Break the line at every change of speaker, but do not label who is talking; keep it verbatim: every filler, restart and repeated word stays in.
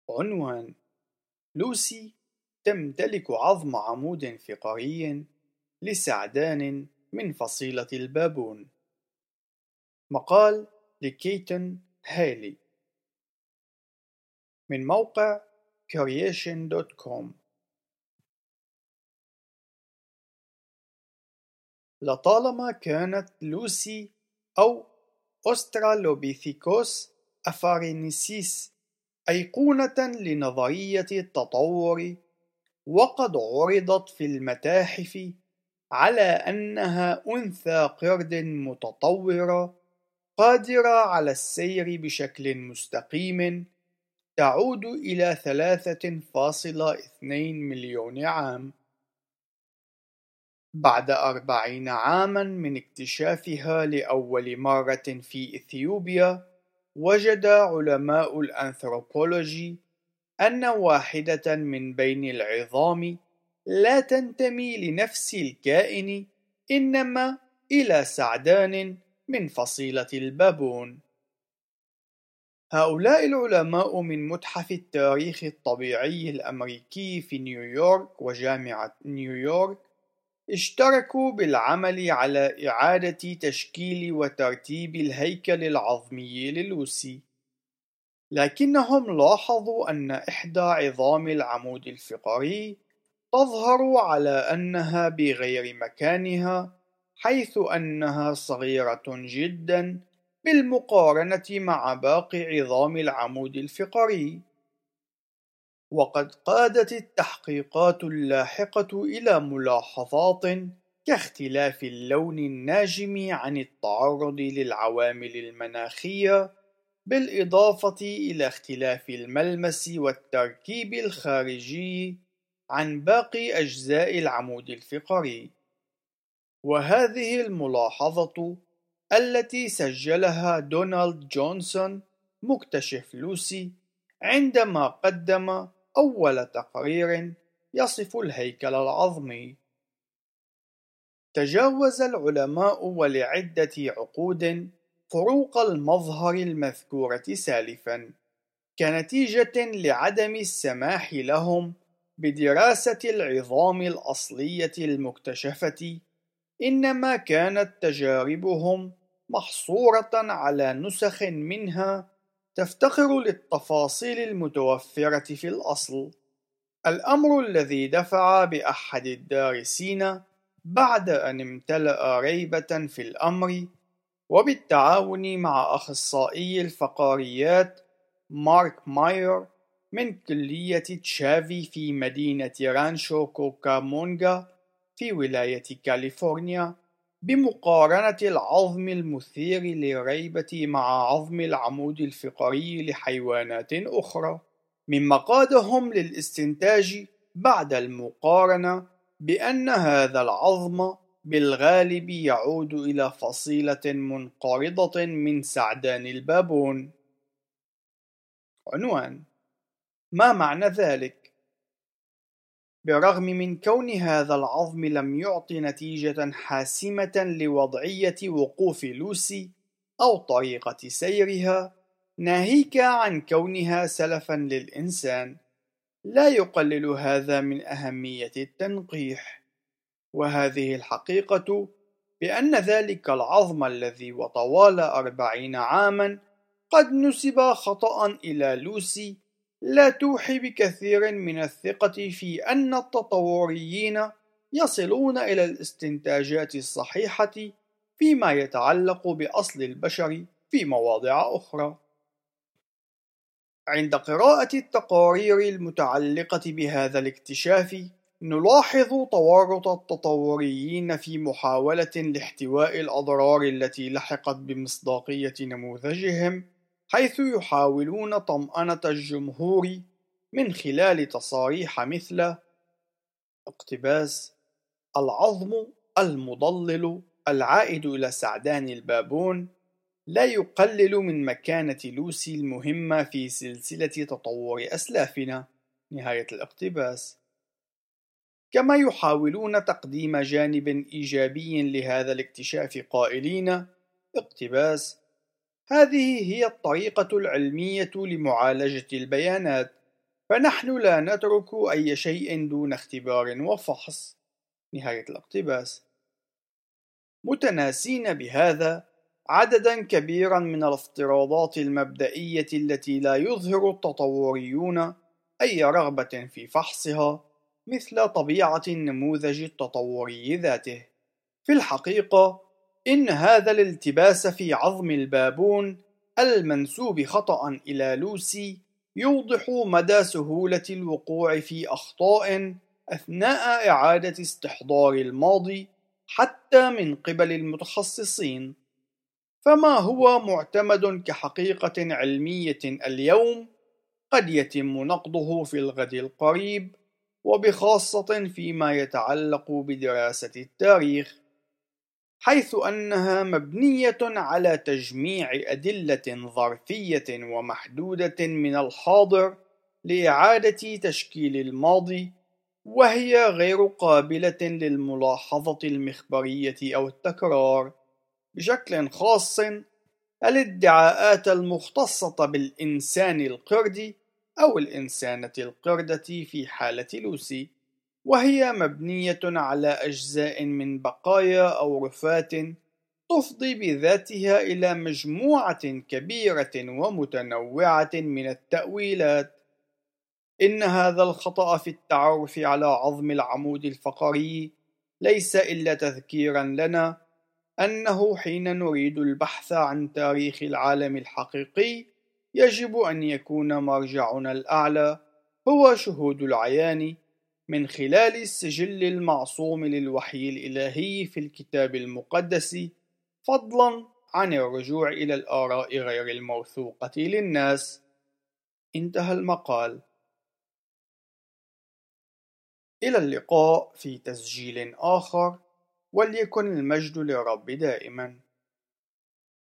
عنوان: لوسي تمتلك عظم عمود فقري لسعدان من فصيلة البابون. مقال لكيتن هالي من موقع كرييشن دوت كوم. لطالما كانت لوسي أو أسترالوبيثيكوس أفارينيسيس أيقونة لنظرية التطور، وقد عرضت في المتاحف على أنها أنثى قرد متطورة قادرة على السير بشكل مستقيم تعود إلى ثلاثة فاصلة اثنين مليون عام. بعد أربعين عاما من اكتشافها لأول مرة في إثيوبيا، وجد علماء الأنثروبولوجي أن واحدة من بين العظام لا تنتمي لنفس الكائن، إنما إلى سعدان من فصيلة البابون. هؤلاء العلماء من متحف التاريخ الطبيعي الأمريكي في نيويورك وجامعة نيويورك اشتركوا بالعمل على إعادة تشكيل وترتيب الهيكل العظمي للوسي، لكنهم لاحظوا أن إحدى عظام العمود الفقري تظهر على أنها بغير مكانها، حيث أنها صغيرة جدا بالمقارنة مع باقي عظام العمود الفقري. وقد قادت التحقيقات اللاحقة إلى ملاحظات كاختلاف اللون الناجم عن التعرض للعوامل المناخية، بالإضافة إلى اختلاف الملمس والتركيب الخارجي عن باقي أجزاء العمود الفقري. وهذه الملاحظة التي سجلها دونالد جونسون مكتشف لوسي عندما قدم أول تقرير يصف الهيكل العظمي. تجاوز العلماء ولعدة عقود فروق المظهر المذكورة سالفا، كنتيجة لعدم السماح لهم بدراسة العظام الأصلية المكتشفة، إنما كانت تجاربهم محصورة على نسخ منها تفتقر للتفاصيل المتوفرة في الأصل، الأمر الذي دفع بأحد الدارسين بعد أن امتلأ ريبة في الأمر، وبالتعاون مع أخصائي الفقاريات مارك ماير من كلية تشافي في مدينة رانشو كوكامونغا في ولاية كاليفورنيا، بمقارنة العظم المثير للريبة مع عظم العمود الفقري لحيوانات أخرى، مما قادهم للاستنتاج بعد المقارنة بأن هذا العظم بالغالب يعود إلى فصيلة منقرضة من سعدان البابون. عنوان: ما معنى ذلك؟ بالرغم من كون هذا العظم لم يعط نتيجة حاسمة لوضعية وقوف لوسي أو طريقة سيرها، ناهيك عن كونها سلفا للإنسان، لا يقلل هذا من أهمية التنقيح. وهذه الحقيقة بأن ذلك العظم الذي وطوال أربعين عاما قد نسب خطأ إلى لوسي لا توحي بكثير من الثقة في أن التطوريين يصلون إلى الاستنتاجات الصحيحة فيما يتعلق بأصل البشر في مواضع أخرى. عند قراءة التقارير المتعلقة بهذا الاكتشاف، نلاحظ تورط التطوريين في محاولة لاحتواء الأضرار التي لحقت بمصداقية نموذجهم، حيث يحاولون طمأنة الجمهور من خلال تصاريح مثل: اقتباس: العظم المضلل العائد إلى سعدان البابون لا يقلل من مكانة لوسي المهمة في سلسلة تطور أسلافنا. نهاية الاقتباس. كما يحاولون تقديم جانب إيجابي لهذا الاكتشاف قائلين: اقتباس: هذه هي الطريقة العلمية لمعالجة البيانات، فنحن لا نترك أي شيء دون اختبار وفحص. نهاية الاقتباس. متناسين بهذا عددا كبيرا من الافتراضات المبدئية التي لا يظهر التطوريون أي رغبة في فحصها، مثل طبيعة النموذج التطوري ذاته. في الحقيقة، إن هذا الالتباس في عظم البابون المنسوب خطأ إلى لوسي يوضح مدى سهولة الوقوع في أخطاء أثناء إعادة استحضار الماضي حتى من قبل المتخصصين. فما هو معتمد كحقيقة علمية اليوم قد يتم نقضه في الغد القريب، وبخاصة فيما يتعلق بدراسة التاريخ، حيث أنها مبنية على تجميع أدلة ظرفية ومحدودة من الحاضر لإعادة تشكيل الماضي، وهي غير قابلة للملاحظة المخبرية أو التكرار. بشكل خاص، الادعاءات المختصة بالإنسان القردي أو الإنسانة القردة في حالة لوسي، وهي مبنية على أجزاء من بقايا أو رفات تفضي بذاتها إلى مجموعة كبيرة ومتنوعة من التأويلات. إن هذا الخطأ في التعرف على عظم العمود الفقري ليس إلا تذكيرا لنا أنه حين نريد البحث عن تاريخ العالم الحقيقي يجب أن يكون مرجعنا الأعلى هو شهود العيان من خلال السجل المعصوم للوحي الإلهي في الكتاب المقدس، فضلا عن الرجوع إلى الآراء غير الموثوقة للناس. انتهى المقال. إلى اللقاء في تسجيل آخر، وليكن المجد للرب دائما.